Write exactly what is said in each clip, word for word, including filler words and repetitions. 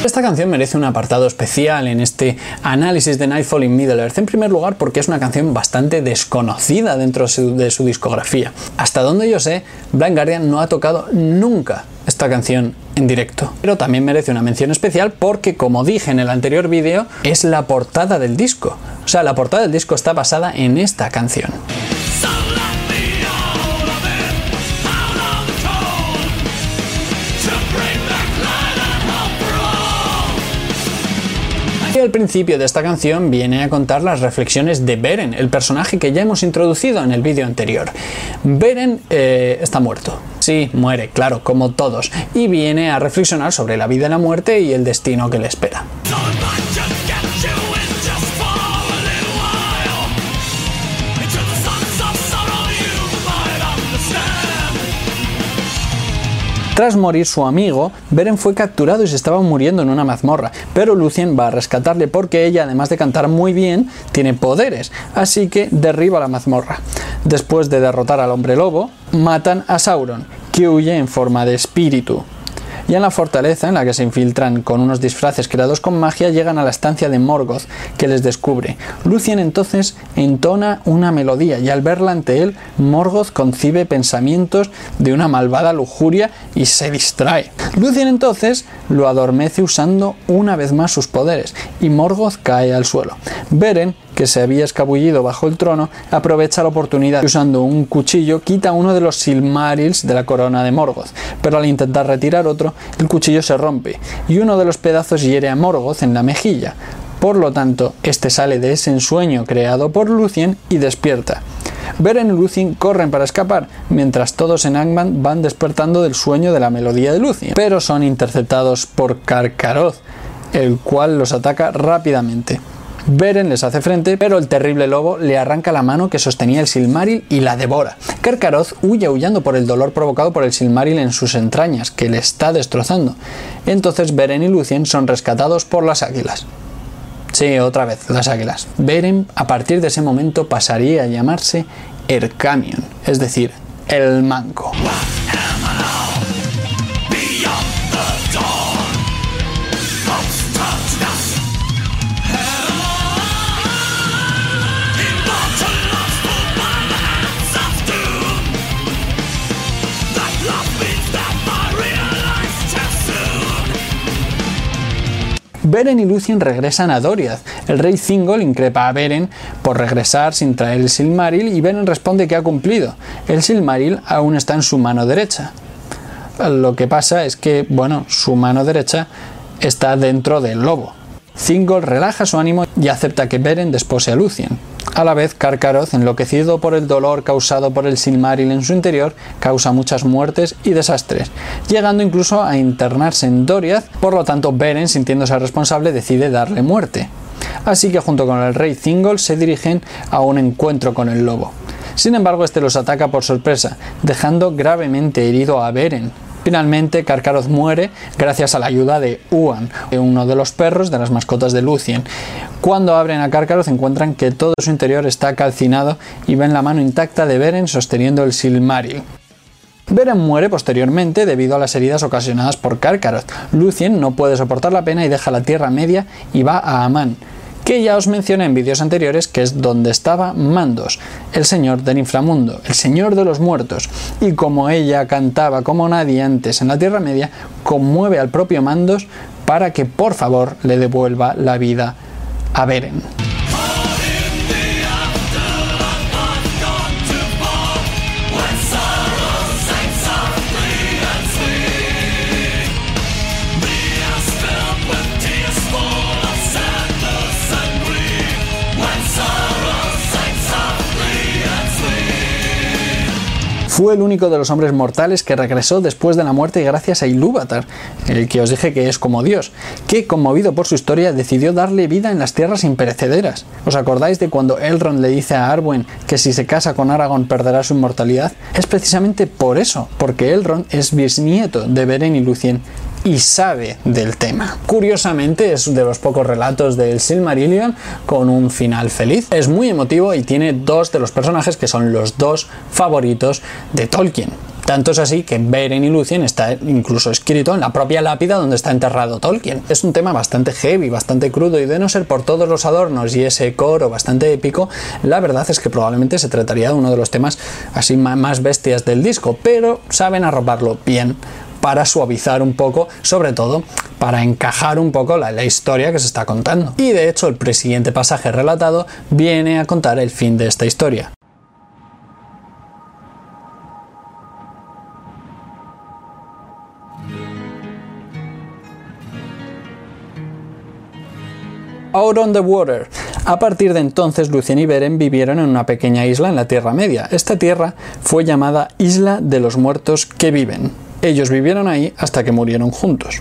Esta canción merece un apartado especial en este análisis de Nightfall in Middle-earth, en primer lugar porque es una canción bastante desconocida dentro de su, de su discografía. Hasta donde yo sé, Blind Guardian no ha tocado nunca esta canción en directo. Pero también merece una mención especial porque, como dije en el anterior vídeo, es la portada del disco. O sea, la portada del disco está basada en esta canción. Y al principio de esta canción viene a contar las reflexiones de Beren, el personaje que ya hemos introducido en el vídeo anterior. Beren eh, está muerto. Sí, muere, claro, como todos. Y viene a reflexionar sobre la vida y la muerte y el destino que le espera. Tras morir su amigo, Beren fue capturado y se estaba muriendo en una mazmorra, pero Lúthien va a rescatarle porque ella, además de cantar muy bien, tiene poderes, así que derriba la mazmorra. Después de derrotar al hombre lobo, matan a Sauron, que huye en forma de espíritu. Y en la fortaleza, en la que se infiltran con unos disfraces creados con magia, llegan a la estancia de Morgoth, que les descubre. Lúthien entonces entona una melodía y al verla ante él, Morgoth concibe pensamientos de una malvada lujuria y se distrae. Lúthien entonces lo adormece usando una vez más sus poderes y Morgoth cae al suelo. Beren, que se había escabullido bajo el trono, aprovecha la oportunidad y usando un cuchillo quita uno de los Silmarils de la corona de Morgoth, pero al intentar retirar otro, el cuchillo se rompe y uno de los pedazos hiere a Morgoth en la mejilla. Por lo tanto, este sale de ese ensueño creado por Lúthien y despierta. Beren y Lúthien corren para escapar, mientras todos en Angband van despertando del sueño de la melodía de Lúthien, pero son interceptados por Carcharoth, el cual los ataca rápidamente. Beren les hace frente, pero el terrible lobo le arranca la mano que sostenía el Silmaril y la devora. Carcharoth huye aullando por el dolor provocado por el Silmaril en sus entrañas, que le está destrozando. Entonces Beren y Lúthien son rescatados por las águilas. Sí, otra vez, las águilas. Beren, a partir de ese momento, pasaría a llamarse Erchamion, es decir, el manco. Beren y Lúthien regresan a Doriath. El rey Thingol increpa a Beren por regresar sin traer el Silmaril y Beren responde que ha cumplido. El Silmaril aún está en su mano derecha. Lo que pasa es que, bueno, su mano derecha está dentro del lobo. Thingol relaja su ánimo y acepta que Beren despose a Lúthien. A la vez, Carcharoth, enloquecido por el dolor causado por el Silmaril en su interior, causa muchas muertes y desastres, llegando incluso a internarse en Doriath. Por lo tanto, Beren, sintiéndose responsable, decide darle muerte. Así que junto con el rey Thingol se dirigen a un encuentro con el lobo. Sin embargo, este los ataca por sorpresa, dejando gravemente herido a Beren. Finalmente, Carcharoth muere gracias a la ayuda de Huan, uno de los perros de las mascotas de Lúthien. Cuando abren a Carcharoth encuentran que todo su interior está calcinado y ven la mano intacta de Beren sosteniendo el Silmaril. Beren muere posteriormente debido a las heridas ocasionadas por Carcharoth. Lúthien no puede soportar la pena y deja la Tierra Media y va a Aman, que ya os mencioné en vídeos anteriores que es donde estaba Mandos, el señor del inframundo, el señor de los muertos, y como ella cantaba como nadie antes en la Tierra Media, conmueve al propio Mandos para que por favor le devuelva la vida a Beren. Fue el único de los hombres mortales que regresó después de la muerte gracias a Ilúvatar, el que os dije que es como Dios, que, conmovido por su historia, decidió darle vida en las tierras imperecederas. ¿Os acordáis de cuando Elrond le dice a Arwen que si se casa con Aragorn perderá su inmortalidad? Es precisamente por eso, porque Elrond es bisnieto de Beren y Lúthien y sabe del tema. Curiosamente es de los pocos relatos del Silmarillion con un final feliz. Es muy emotivo y tiene dos de los personajes que son los dos favoritos de Tolkien. Tanto es así que Beren y Lúthien está incluso escrito en la propia lápida donde está enterrado Tolkien. Es un tema bastante heavy, bastante crudo, y de no ser por todos los adornos y ese coro bastante épico, la verdad es que probablemente se trataría de uno de los temas así más bestias del disco, pero saben arroparlo bien para suavizar un poco, sobre todo para encajar un poco la, la historia que se está contando. Y de hecho el siguiente pasaje relatado viene a contar el fin de esta historia. Out on the Water. A partir de entonces, Lúthien y Beren vivieron en una pequeña isla en la Tierra Media. Esta tierra fue llamada Isla de los Muertos que Viven. Ellos vivieron ahí hasta que murieron juntos.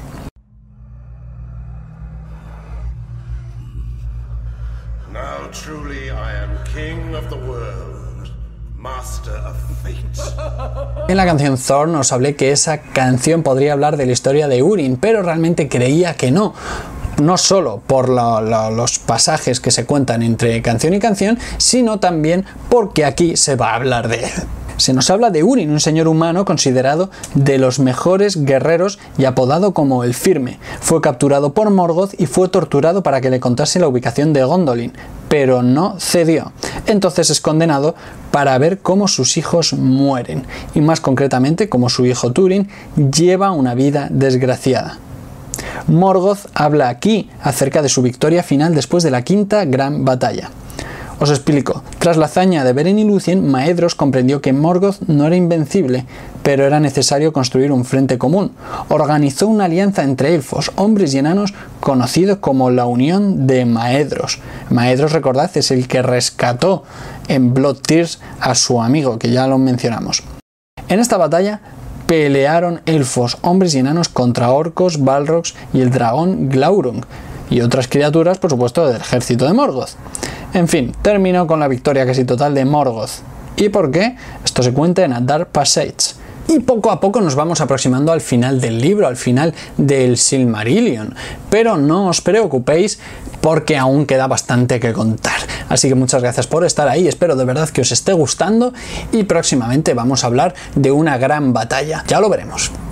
Now truly I am king of the world, master of fate. En la canción Thorn os hablé que esa canción podría hablar de la historia de Húrin, pero realmente creía que no. No solo por lo, lo, los pasajes que se cuentan entre canción y canción, sino también porque aquí se va a hablar de él. Se nos habla de Húrin, un señor humano considerado de los mejores guerreros y apodado como el Firme. Fue capturado por Morgoth y fue torturado para que le contase la ubicación de Gondolin, pero no cedió. Entonces es condenado para ver cómo sus hijos mueren, y más concretamente cómo su hijo Túrin lleva una vida desgraciada. Morgoth habla aquí acerca de su victoria final después de la quinta gran batalla. Os explico. Tras la hazaña de Beren y Lúthien, Maedhros comprendió que Morgoth no era invencible, pero era necesario construir un frente común. Organizó una alianza entre elfos, hombres y enanos conocido como la Unión de Maedhros. Maedhros, recordad, es el que rescató en Blood Tears a su amigo, que ya lo mencionamos. En esta batalla pelearon elfos, hombres y enanos contra orcos, balrogs y el dragón Glaurung, y otras criaturas, por supuesto, del ejército de Morgoth. En fin, terminó con la victoria casi total de Morgoth. ¿Y por qué? Esto se cuenta en A Dark Passage. Y poco a poco nos vamos aproximando al final del libro, al final del Silmarillion. Pero no os preocupéis porque aún queda bastante que contar. Así que muchas gracias por estar ahí, espero de verdad que os esté gustando y próximamente vamos a hablar de una gran batalla. Ya lo veremos.